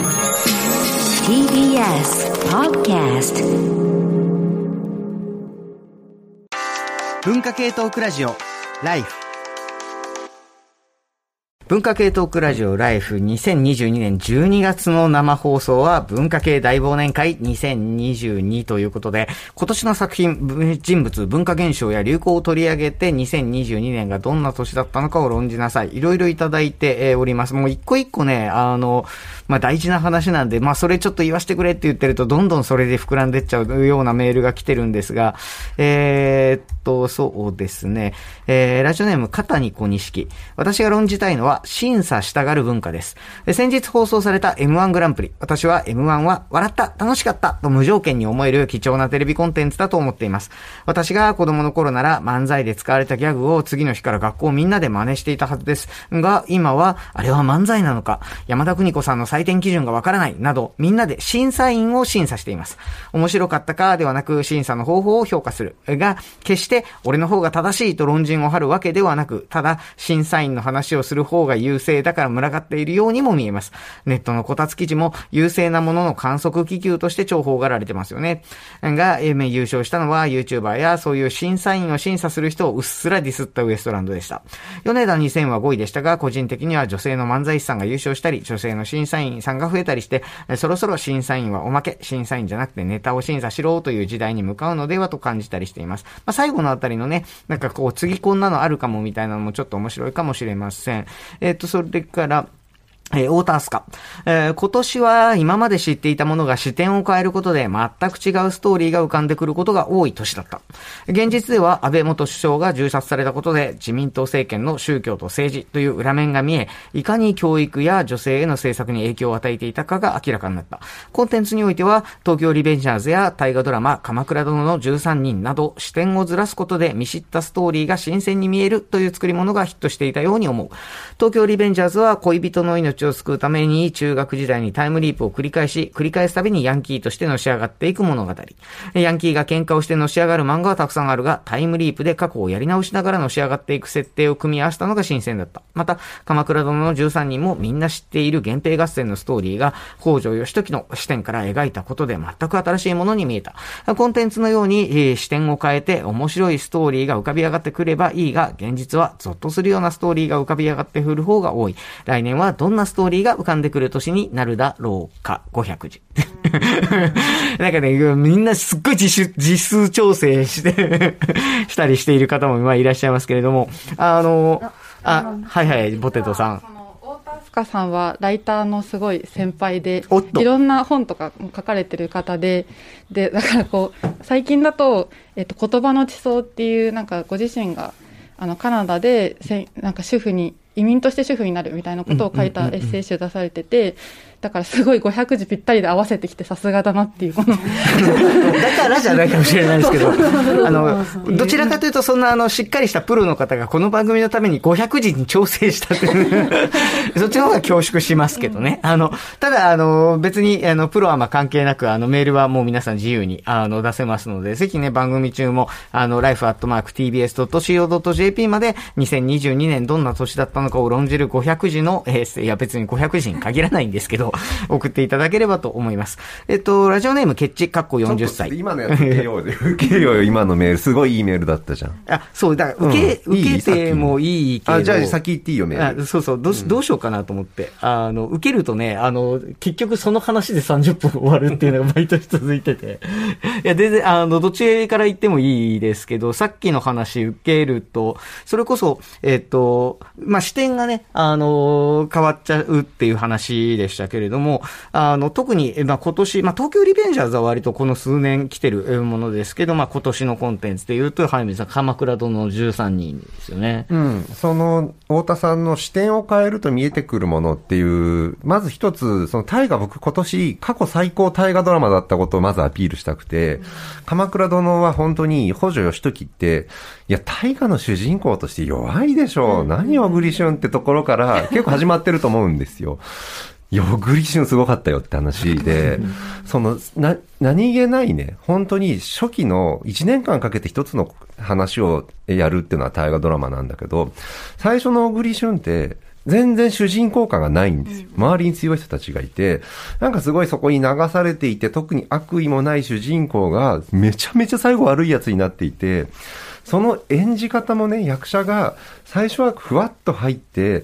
TBS Podcast 文化系トークラジオライフ、文化系トークラジオライフ2022年12月の生放送は文化系大忘年会2022ということで、今年の作品、人物、文化現象や流行を取り上げて2022年がどんな年だったのかを論じなさい。いろいろいただいております。もう一個一個ね、大事な話なんで、それちょっと言わせてくれって言ってるとどんどんそれで膨らんでっちゃうようなメールが来てるんですが、そうですね。ラジオネーム片に小錦。私が論じたいのは審査したがる文化です。先日放送された M1 グランプリ。私は M1 は笑った、楽しかったと無条件に思える貴重なテレビコンテンツだと思っています。私が子供の頃なら漫才で使われたギャグを次の日から学校みんなで真似していたはずです。が、今はあれは漫才なのか、山田邦子さんの採点基準がわからないなど、みんなで審査員を審査しています。面白かったかではなく審査の方法を評価する。が、決して俺の方が正しいと論陣を張るわけではなく、ただ審査員の話をする方が優勢だから群がっているようにも見えます。ネットのこたつ記事も優勢なものの観測気球として重宝がられてますよね。が、優勝したのは YouTuber やそういう審査員を審査する人をうっすらディスったウエストランドでした。米田2000は5位でしたが、個人的には女性の漫才師さんが優勝したり、女性の審査員さんが増えたりして、そろそろ審査員はおまけ、審査員じゃなくてネタを審査しろという時代に向かうのではと感じたりしています。最後のあたりのね、次こんなのあるかもみたいなのもちょっと面白いかもしれません。それから太田明日香。今年は今まで知っていたものが視点を変えることで全く違うストーリーが浮かんでくることが多い年だった。現実では安倍元首相が銃殺されたことで自民党政権の宗教と政治という裏面が見え、いかに教育や女性への政策に影響を与えていたかが明らかになった。コンテンツにおいては東京リベンジャーズや大河ドラマ鎌倉殿の13人など視点をずらすことで見知ったストーリーが新鮮に見えるという作り物がヒットしていたように思う。東京リベンジャーズは恋人の命を救うために中学時代にタイムリープを繰り返すたびにヤンキーとしてのし上がっていく物語。ヤンキーが喧嘩をしてのし上がる漫画はたくさんあるが、タイムリープで過去をやり直しながらのし上がっていく設定を組み合わせたのが新鮮だった。また、鎌倉殿の13人もみんな知っている源平合戦のストーリーが北条義時の視点から描いたことで全く新しいものに見えた。コンテンツのように、視点を変えて面白いストーリーが浮かび上がってくればいいが、現実はゾッとするようなストーリーが浮かび上がってくる方が多い。来年はどんなストーリーが浮かんでくる年になるだろうか。500字。なんかね、みんなすっごい自数調整してしたりしている方もいらっしゃいますけれども、はいはい、ポテトさん。 太田明日香さんはライターのすごい先輩で、いろんな本とか書かれてる方で、だから最近だと、言葉の地層っていう、ご自身が、カナダで、主婦に、移民として主婦になるみたいなことを書いたエッセイ集出されてて、だからすごい500字ぴったりで合わせてきてさすがだなっていうだからじゃないかもしれないですけどどちらかというとそんなしっかりしたプロの方がこの番組のために500字に調整したというそっちの方が恐縮しますけどね。ただ別にプロは関係なくメールはもう皆さん自由に出せますので、ぜひね番組中もlife@tbs.co.jp まで2022年どんな年だったのかを論じる500字のいや別に500字に限らないんですけど送っていただければと思います。ラジオネームケッチ40歳。 今のやつ受けようよ。今のメールすごいいいメールだったじゃん。 そうだから受けてもいいけど。 じゃあ先言っていいよメール。 そうどうしようかなと思って受けるとね結局その話で30分終わるっていうのが毎年続いてていや全然どっちから言ってもいいですけど、さっきの話受けるとそれこそ視点がね変わっちゃうっていう話でしたけれども、特に今年東京リベンジャーズは割とこの数年来てるものですけど、今年のコンテンツでいうと早見さん鎌倉殿の13人ですよね。 その太田さんの視点を変えると見えてくるものっていう、まず一つその大河、僕今年過去最高大河ドラマだったことをまずアピールしたくて、鎌倉殿は本当に北条義時って大河の主人公として弱いでしょう、何小栗旬ってところから結構始まってると思うんですよ。小栗旬すごかったよって話で、何気ないね、本当に初期の1年間かけて一つの話をやるっていうのは大河ドラマなんだけど、最初の小栗旬って全然主人公感がないんですよ。周りに強い人たちがいて、なんかすごいそこに流されていて、特に悪意もない主人公がめちゃめちゃ最後悪いやつになっていて、その演じ方もね、役者が最初はふわっと入って、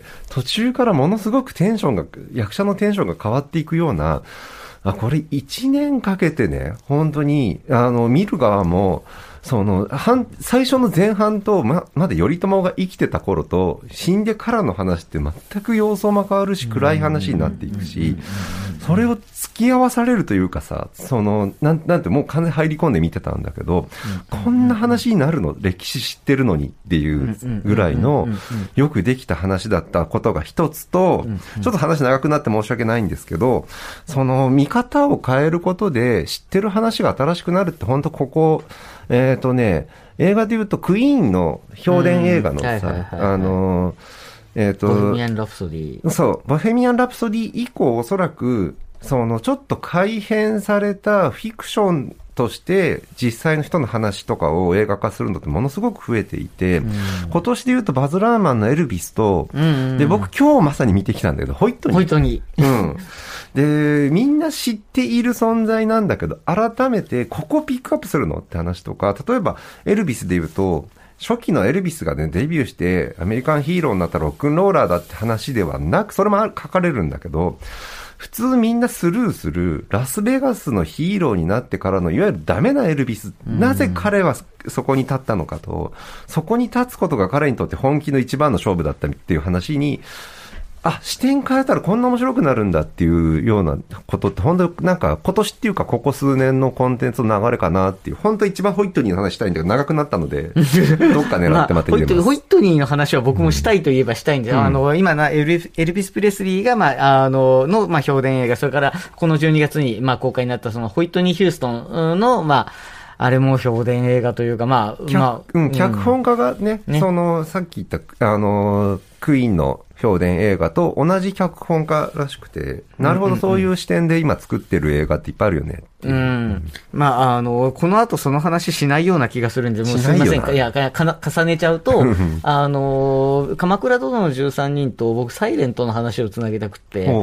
途中からものすごく役者のテンションが変わっていくような、これ1年かけてね、本当に、見る側も、最初の前半と、まだ頼朝が生きてた頃と、死んでからの話って全く様相も変わるし、暗い話になっていくし、それを付き合わされるというかさ、なんてもう完全に入り込んで見てたんだけど、こんな話になるの、歴史知ってるのにっていうぐらいの、よくできた話だったことが一つと、ちょっと話長くなって申し訳ないんですけど、見方を変えることで知ってる話が新しくなるって本当ここ、映画で言うとクイーンの評伝映画のさ、 ボヘミアン・ラプソディ。 そう、ボヘミアン・ラプソディ以降おそらく、ちょっと改変されたフィクションとして実際の人の話とかを映画化するのってものすごく増えていて、今年で言うとバズ・ラーマンのエルビスと、で、僕今日まさに見てきたんだけど、ホイットニー。で、みんな知っている存在なんだけど、改めてここピックアップするのって話とか、例えばエルビスで言うと、初期のエルビスがね、デビューしてアメリカンヒーローになったロックンローラーだって話ではなく、それも書かれるんだけど、普通みんなスルーするラスベガスのヒーローになってからのいわゆるダメなエルビス、なぜ彼はそこに立ったのかと、そこに立つことが彼にとって本気の一番の勝負だったっていう話に、視点変えたらこんな面白くなるんだっていうようなことって本当になんか今年っていうかここ数年のコンテンツの流れかなっていう、本当一番ホイットニーの話したいんだけど長くなったので、どっか狙ってまた入れます。 ホイットニーの話は僕もしたいといえばしたいんですよ。今エルビス・プレスリーが、評伝映画、それからこの12月に、公開になったそのホイットニー・ヒューストンの、あれも評伝映画というか、 脚本家がね、さっき言った、クイーンの評伝映画と同じ脚本家らしくて、なるほど、そういう視点で今作ってる映画っていっぱいあるよね。この後その話しないような気がするんで、もうすみません。いや、重ねちゃうと、鎌倉殿の13人と僕、サイレントの話をつなげたくって、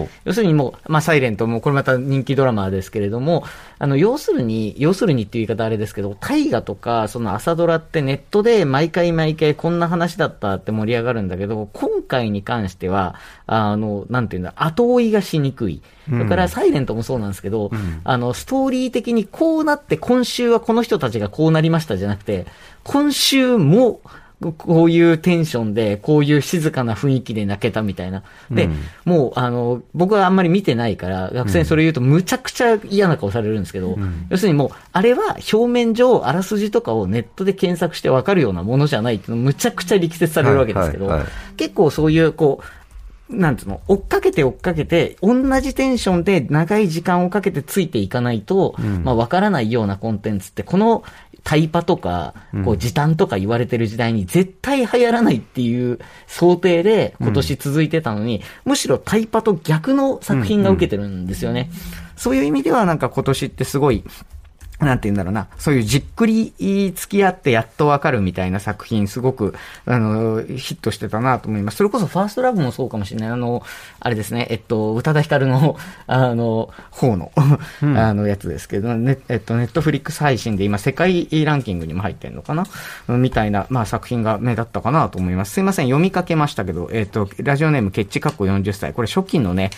要するにもう、サイレントも、これまた人気ドラマですけれども、要するにっていう言い方あれですけど、大河とか、その朝ドラってネットで毎回こんな話だったって盛り上がるんだけど、今回に関しては、なんていうんだ、後追いがしにくい。だからサイレントもそうなんですけど、ストーリー的にこうなって今週はこの人たちがこうなりましたじゃなくて、今週もこういうテンションで、こういう静かな雰囲気で泣けたみたいな。で、もう僕はあんまり見てないから、学生にそれ言うとむちゃくちゃ嫌な顔されるんですけど、要するにもう、あれは表面上、あらすじとかをネットで検索してわかるようなものじゃないっていうのむちゃくちゃ力説されるわけですけど、結構そういう、なんつうの、追っかけて、同じテンションで長い時間をかけてついていかないと、わからないようなコンテンツって、このタイパとか、時短とか言われてる時代に絶対流行らないっていう想定で今年続いてたのに、むしろタイパと逆の作品が受けてるんですよね。そういう意味ではなんか今年ってすごい、なんて言うんだろうな、そういうじっくり付き合ってやっとわかるみたいな作品、すごく、ヒットしてたなと思います。それこそファーストラブもそうかもしれない。あれですね、宇多田ヒカルの、方の、やつですけど、ネットフリックス配信で今世界ランキングにも入ってんのかなみたいな、作品が目立ったかなと思います。すいません、読みかけましたけど、ラジオネームケッチ40歳。これ初期のね、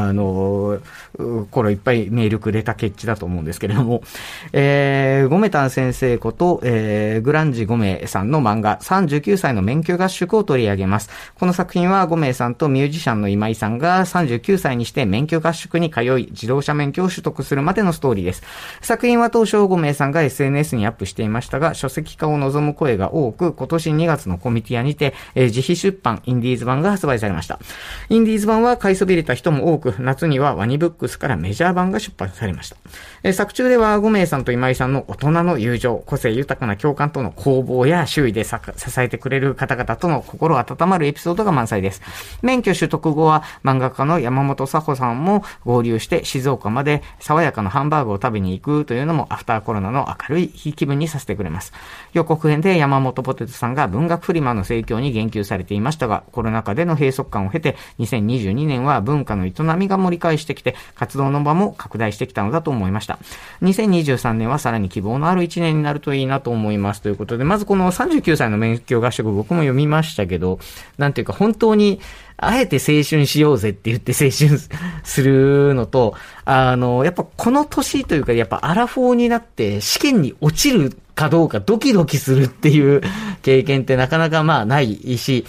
頃いっぱいメールくれたケッチだと思うんですけれども、ゴメタン先生こと、グランジゴメさんの漫画39歳の免許合宿を取り上げます。この作品はゴメさんとミュージシャンの今井さんが39歳にして免許合宿に通い、自動車免許を取得するまでのストーリーです。作品は当初ゴメさんが SNS にアップしていましたが、書籍化を望む声が多く、今年2月のコミティアにて、自費出版インディーズ版が発売されました。インディーズ版は買いそびれた人も多く、夏にはワニブックスからメジャー版が出版されました。作中ではゴメさんんと今井さんの大人の友情、個性豊かな共感との攻防や周囲で支えてくれる方々との心温まるエピソードが満載です。免許取得後は漫画家の山本佐穂さんも合流して静岡まで爽やかなハンバーグを食べに行くというのもアフターコロナの明るい気分にさせてくれます。予告編で山本ポテトさんが文学フリマの盛況に言及されていましたが、コロナ禍での閉塞感を経て2022年は文化の営みが盛り返してきて活動の場も拡大してきたのだと思いました。2023年はさらに希望のある1年になるといいなと思いますということで、まずこの39歳の免許合宿僕も読みましたけど、なんていうか本当にあえて青春しようぜって言って青春するのと、やっぱこの年というか、やっぱアラフォーになって試験に落ちるかどうかドキドキするっていう経験ってなかなかまあないし、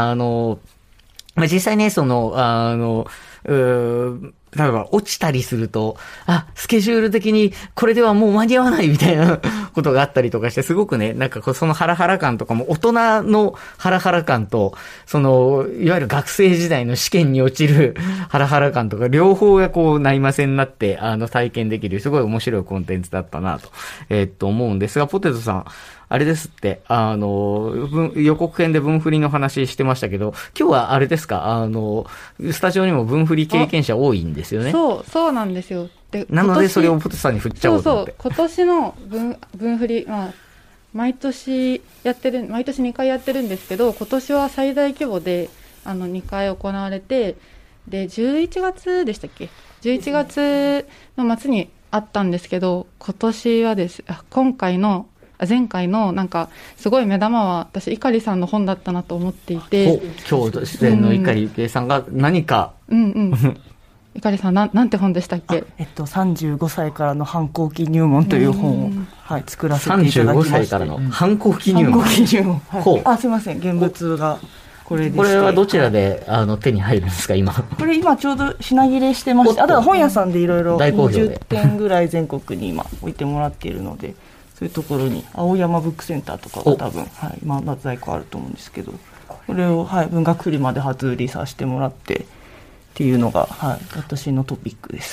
実際ね、例えば落ちたりすると、スケジュール的にこれではもう間に合わないみたいなことがあったりとかして、すごくね、なんかそのハラハラ感とかも大人のハラハラ感と、いわゆる学生時代の試験に落ちるハラハラ感とか、両方がこう内ませになって、体験できる、すごい面白いコンテンツだったなと、思うんですが、ポテトさん、あれですって、予告編で文振りの話してましたけど、今日はあれですか、スタジオにも文振り経験者多いんですよね。 そうなんですよ。で、 なのでそれをポテトさんに振っちゃおうと思って。 今年の文振り、毎年2回やってるんですけど、今年は最大規模で、2回行われて、で、11月でしたっけ ?11 月の末にあったんですけど、今年は前回のなんかすごい目玉は私碇さんの本だったなと思っていて、 今日出演の碇ゆきえさんが何か、 碇さんなんて本でしたっけ ？35歳からの反抗期入門という本を、作らせていただきました。 35歳からの反抗期入門。 すいません、現物がこれでして。 これはどちらで手に入るんですか今？ これ今ちょうど品切れしてまして、あとは本屋さんでいろいろ20点ぐらい全国に今置いてもらっているので、そういうところに青山ブックセンターとかが多分、今在庫あると思うんですけど、これを、文学フリマで初売りさせてもらってっていうのが、私のトピックです。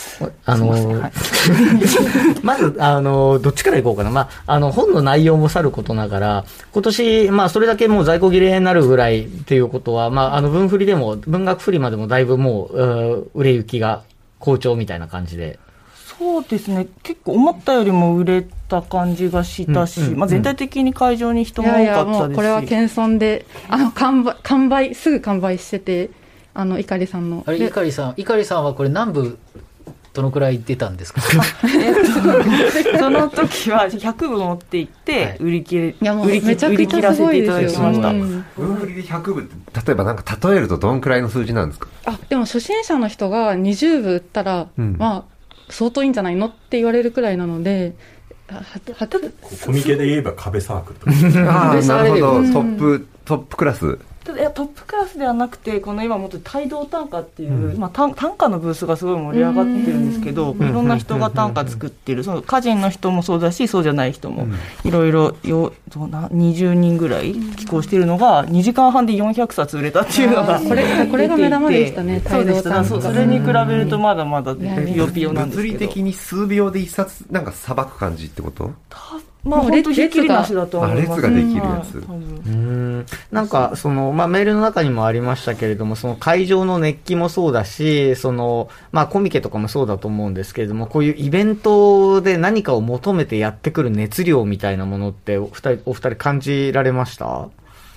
まずどっちからいこうかな。本の内容もさることながら、今年それだけもう在庫切れになるぐらいっていうことは、文振りでも文学フリマでもだいぶもう売れ行きが好調みたいな感じで。 そうですね、結構思ったよりも売れた感じがしたし、全体的に会場に人も多かったですし、 もうこれは謙遜で、すぐ完売してて、碇さんの。 碇さんはこれ何部どのくらい出たんですか？ その時は100部持って行って売り切らせていただきました。 文振りで100部って例えばなんか例えるとどんくらいの数字なんですか？ でも初心者の人が20部売ったら、相当いいんじゃないのって言われるくらいなので、 コミケで言えば壁サークルとか。なるほど、トップクラス。 トップクラスではなくて、この今もっと帯同短歌っていう、短歌のブースがすごい盛り上がってるんですけど、いろんな人が短歌作ってる、その歌人の人もそうだし、そうじゃない人もいろいろ20人ぐらい寄稿しているのが2時間半で400冊売れたっていうのがこれが目玉でしたね。 そうでした。それに比べるとまだまだピヨピヨなんですけど、 物理的に数秒で一冊なんかさばく感じってこと？ 本当ひっきりなしだと思います。 列ができるやつ。 なんかメールの中にもありましたけれども、その会場の熱気もそうだし、コミケとかもそうだと思うんですけれども、こういうイベントで何かを求めてやってくる熱量みたいなものってお二人感じられました？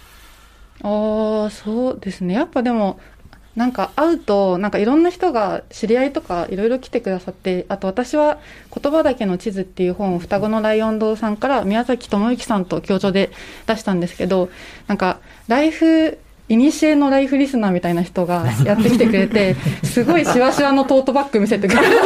そうですね。やっぱでもなんか会うといろんな人が知り合いとかいろいろ来てくださって、あと私は言葉だけの地図っていう本を双子のライオン堂さんから宮崎智之さんと共著で出したんですけど、なんかいにしえのライフリスナーみたいな人がやってきてくれて、すごいシワシワのトートバッグ見せてくれて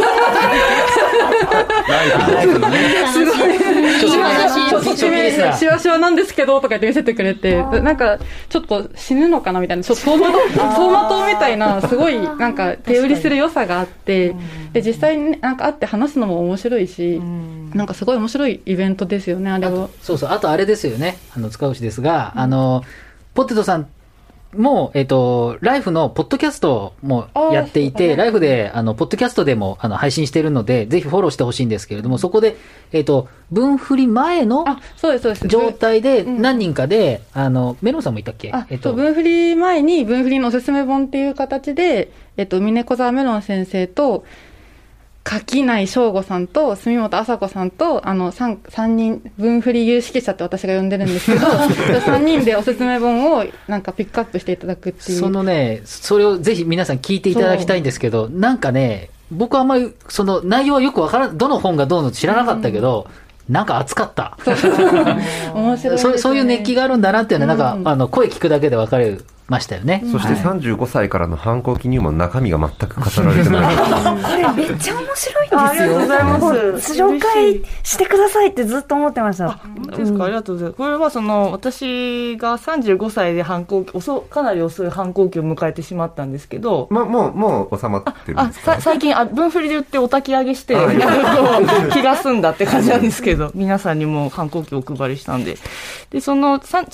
すごいシワシワなんですけどとか言って見せてくれて、なんかちょっと死ぬのかなみたいな、走馬灯みたいな、すごいなんか手売りする良さがあって、で実際になんか会って話すのも面白いし、なんかすごい面白いイベントですよね、あれは。 あとあれですよね、塚越ですが、ポテトさんもライフのポッドキャストもやっていて、ライフで、ポッドキャストでも、配信しているので、ぜひフォローしてほしいんですけれども、そこで、分振り前の状態で、何人かで、メロンさんもいたっけ？ 分振り前に、分振りのおすすめ本っていう形で、峰子沢メロン先生と、垣内翔吾さんと住本麻子さんと3人分振り有識者って私が呼んでるんですけど3人でおすすめ本をなんかピックアップしていただくっていうそれをぜひ皆さん聞いていただきたいんですけど、なんかね僕はあんまりその内容はよくわからん、どの本がどうの知らなかったけど、なんか熱かった面白いですね。 そういう熱気があるんだなっていうのはなんか、声聞くだけでわかるましたよね。 そして35歳からの反抗期入門の中身が全く語られてないこれめっちゃ面白いんですよ。 ありがとうございます。 紹介してくださいってずっと思ってました。 本当ですか、ありがとうございます。これは私が35歳でかなり遅い反抗期を迎えてしまったんですけど、 もう収まってるんですか？ 最近分振りで言ってお焚き上げして気が済んだって感じなんですけど、皆さんにも反抗期をお配りしたんで、ちょうど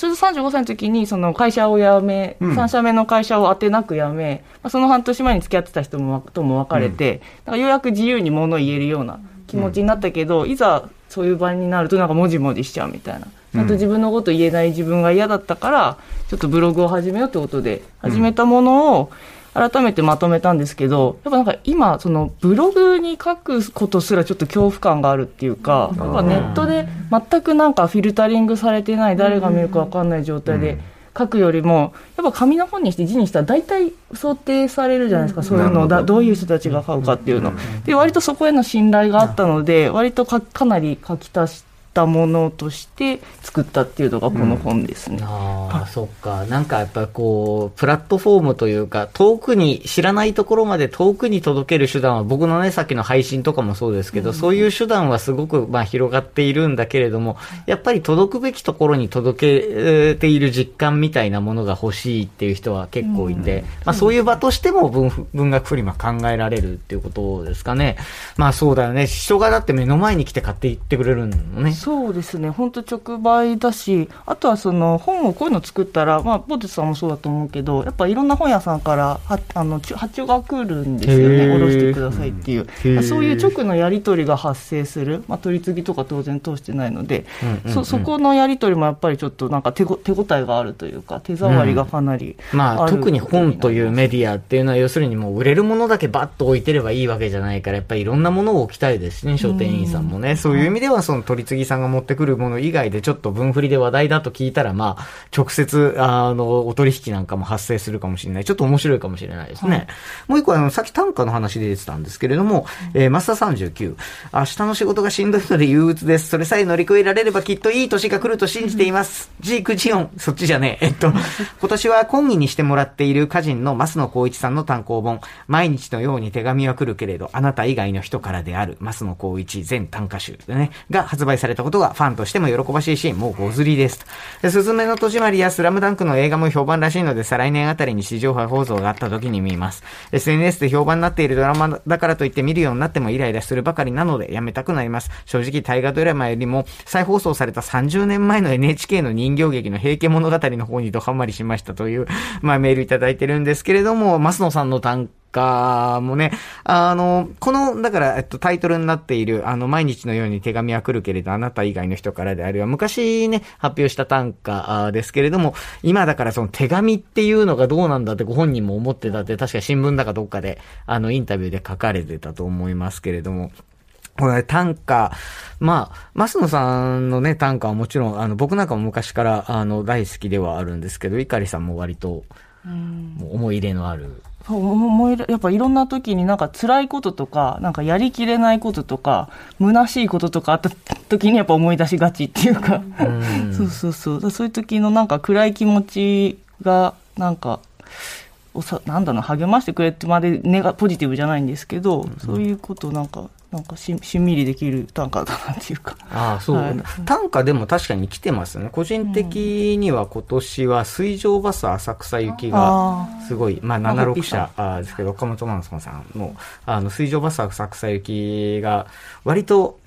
35歳の時に会社を辞め、3社目の会社を当てなく辞め、その半年前に付き合ってた人とも別れて、ようやく自由に物を言えるような気持ちになったけど、いざそういう場になるとなんかもじもじしちゃうみたいな、ちゃんと自分のこと言えない自分が嫌だったから、ちょっとブログを始めようってことで始めたものを改めてまとめたんですけど、やっぱなんか今ブログに書くことすらちょっと恐怖感があるっていうか、やっぱネットで全くなんかフィルタリングされてない、誰が見るか分かんない状態で書くよりも、やっぱ紙の本にして字にしたら大体想定されるじゃないですか、そういうのをどういう人たちが買うかっていうので、割とそこへの信頼があったので、割とかなり書き足したものとして作ったっていうのがこの本ですね。 そっか。なんかやっぱこうプラットフォームというか、遠くに知らないところまで遠くに届ける手段は、僕のねさっきの配信とかもそうですけど、そういう手段はすごく広がっているんだけれども、やっぱり届くべきところに届けている実感みたいなものが欲しいっていう人は結構いて、そういう場としても文学フリマ考えられるっていうことですかね。そうだよね。人がだって目の前に来て買っていってくれるのね。 そうですね、本当直売だし、あとは本をこういうの作ったら、ポテトさんもそうだと思うけど、やっぱいろんな本屋さんから発注が来るんですよね、おろしてくださいっていう、そういう直のやり取りが発生する、取り次ぎとか当然通してないので、そこのやり取りもやっぱりちょっとなんか手応えがあるというか、手触りがかなりある、 特に本というメディアっていうのは、要するにもう売れるものだけバッと置いてればいいわけじゃないから、やっぱりいろんなものを置きたいですね、書店員さんもね。そういう意味では取り次ぎさんが持ってくるもの以外でちょっと分振りで話題だと聞いたら、直接お取引なんかも発生するかもしれない。ちょっと面白いかもしれないですね。もう一個さっき単価の話で出てたんですけれども、マスター39、明日の仕事がしんどいので憂鬱です。それさえ乗り越えられればきっといい年が来ると信じています。ジークジオン、そっちじゃねえ。今年は講義にしてもらっている歌人の増野光一さんの単行本、毎日のように手紙は来るけれどあなた以外の人からである増野光一全短歌集でねが発売されたことがファンとしても喜ばしいし、もうごずりですと。すずめの戸締まりやスラムダンクの映画も評判らしいので、再来年あたりに地上波放送があった時に見ます。 SNS で評判になっているドラマだからといって見るようになってもイライラするばかりなのでやめたくなります。正直大河ドラマよりも再放送された30年前の NHK の人形劇の平家物語の方にドハマりしましたという、メールいただいてるんですけれども、増野さんの短歌もね、このだからタイトルになっている毎日のように手紙は来るけれどあなた以外の人からであるは昔ね発表した短歌ですけれども、今だからその手紙っていうのがどうなんだってご本人も思ってたって、確か新聞だかどっかでインタビューで書かれてたと思いますけれども、これ短歌、増野さんのね短歌はもちろん僕なんかも昔から大好きではあるんですけど、碇さんも割と思い入れのある。 やっぱいろんな時になんか辛いこととか、なんかやりきれないこととか、虚しいこととかあった時にやっぱ思い出しがちっていうか、そういう時のなんか暗い気持ちがなんか励ましてくれってまでポジティブじゃないんですけど、そういうことをなんかしんみりできる短歌だなっていうか。 そう、短歌でも確かに来てますね。個人的には今年は水上バス浅草行きがすごい、76社ですけど、岡本マンソンさんの水上バス浅草行きが割と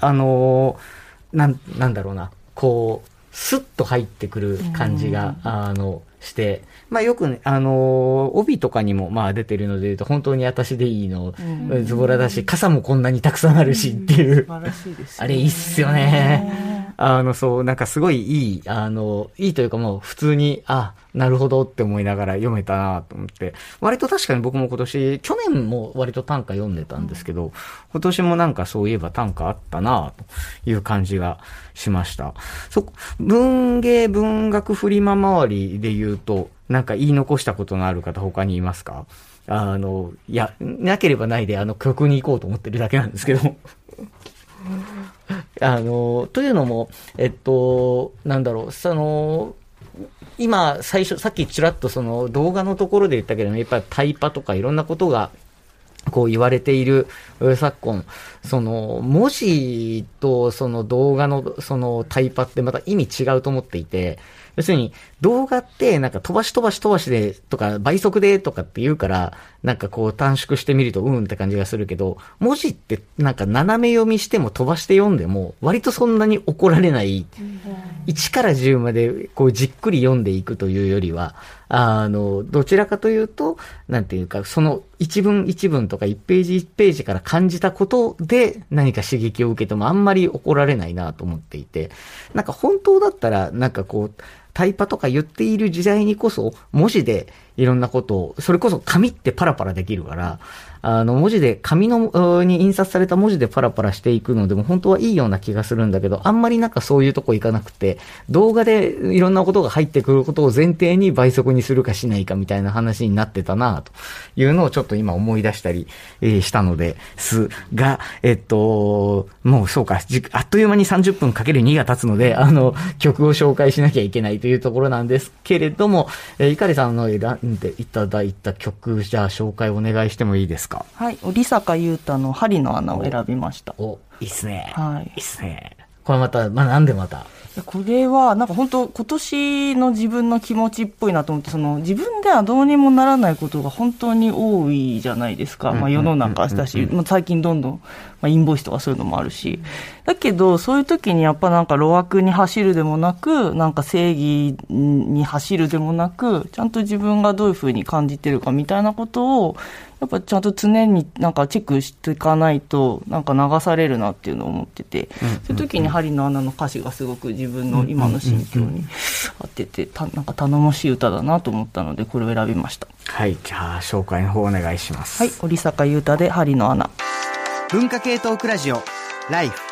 なんだろうな、こうスッと入ってくる感じがして、よくね、帯とかにも出てるので言うと、本当に私でいいの、ズボラだし、傘もこんなにたくさんあるしっていう。 素晴らしいですね。 あれいいっすよね。そう、なんかすごいいい、いいというかもう普通に、なるほどって思いながら読めたなと思って、割と確かに僕も今年、去年も割と短歌読んでたんですけど、今年もなんかそういえば短歌あったなという感じがしました。文芸文学フリマ周りで言うと、なんか言い残したことのある方他にいますか？いや、なければないで曲に行こうと思ってるだけなんですけど。というのも、なんだろう、今、最初、さっきちらっと動画のところで言ったけども、やっぱりタイパとかいろんなことが、こう言われている昨今、文字と動画のタイパってまた意味違うと思っていて、要するに動画ってなんか飛ばしでとか倍速でとかって言うから、なんかこう短縮してみるとって感じがするけど、文字ってなんか斜め読みしても飛ばして読んでも割とそんなに怒られない、1から10までこうじっくり読んでいくというよりは、どちらかというと、なんていうか、その一文一文とか1ページ1ページから感じたことで何か刺激を受けてもあんまり怒られないなと思っていて、なんか本当だったらなんかこうタイパとか言っている時代にこそ文字でいろんなことを、それこそ紙ってパラパラできるから、文字で紙のに印刷された文字でパラパラしていくのでも本当はいいような気がするんだけど、あんまりなんかそういうとこ行かなくて、動画でいろんなことが入ってくることを前提に倍速にするかしないかみたいな話になってたなというのをちょっと今思い出したり、したのですが、もうそうか、あっという間に30分かける2が経つので、曲を紹介しなきゃいけないというところなんですけれども、いかりさんの選んでいただいた曲、じゃあ紹介お願いしてもいいですか？ はい、織坂優太の針の穴を選びました。 いいっすね。 はい。 いいっすね。これまた、なんでまた？ これは、なんか本当、今年の自分の気持ちっぽいなと思って、自分ではどうにもならないことが本当に多いじゃないですか。世の中だし、最近どんどん、インボイスとかそういうのもあるし。だけど、そういう時にやっぱなんか路悪に走るでもなく、なんか正義に走るでもなく、ちゃんと自分がどういうふうに感じてるかみたいなことを、やっぱちゃんと常になんかチェックしていかないとなんか流されるなっていうのを思ってて、そういう時に針の穴の歌詞がすごく自分の今の心境に合ってて、なんか頼もしい歌だなと思ったのでこれを選びました。 はい、じゃあ紹介の方お願いします。 はい、織坂優太で針の穴。 文化系トークラジオライフ。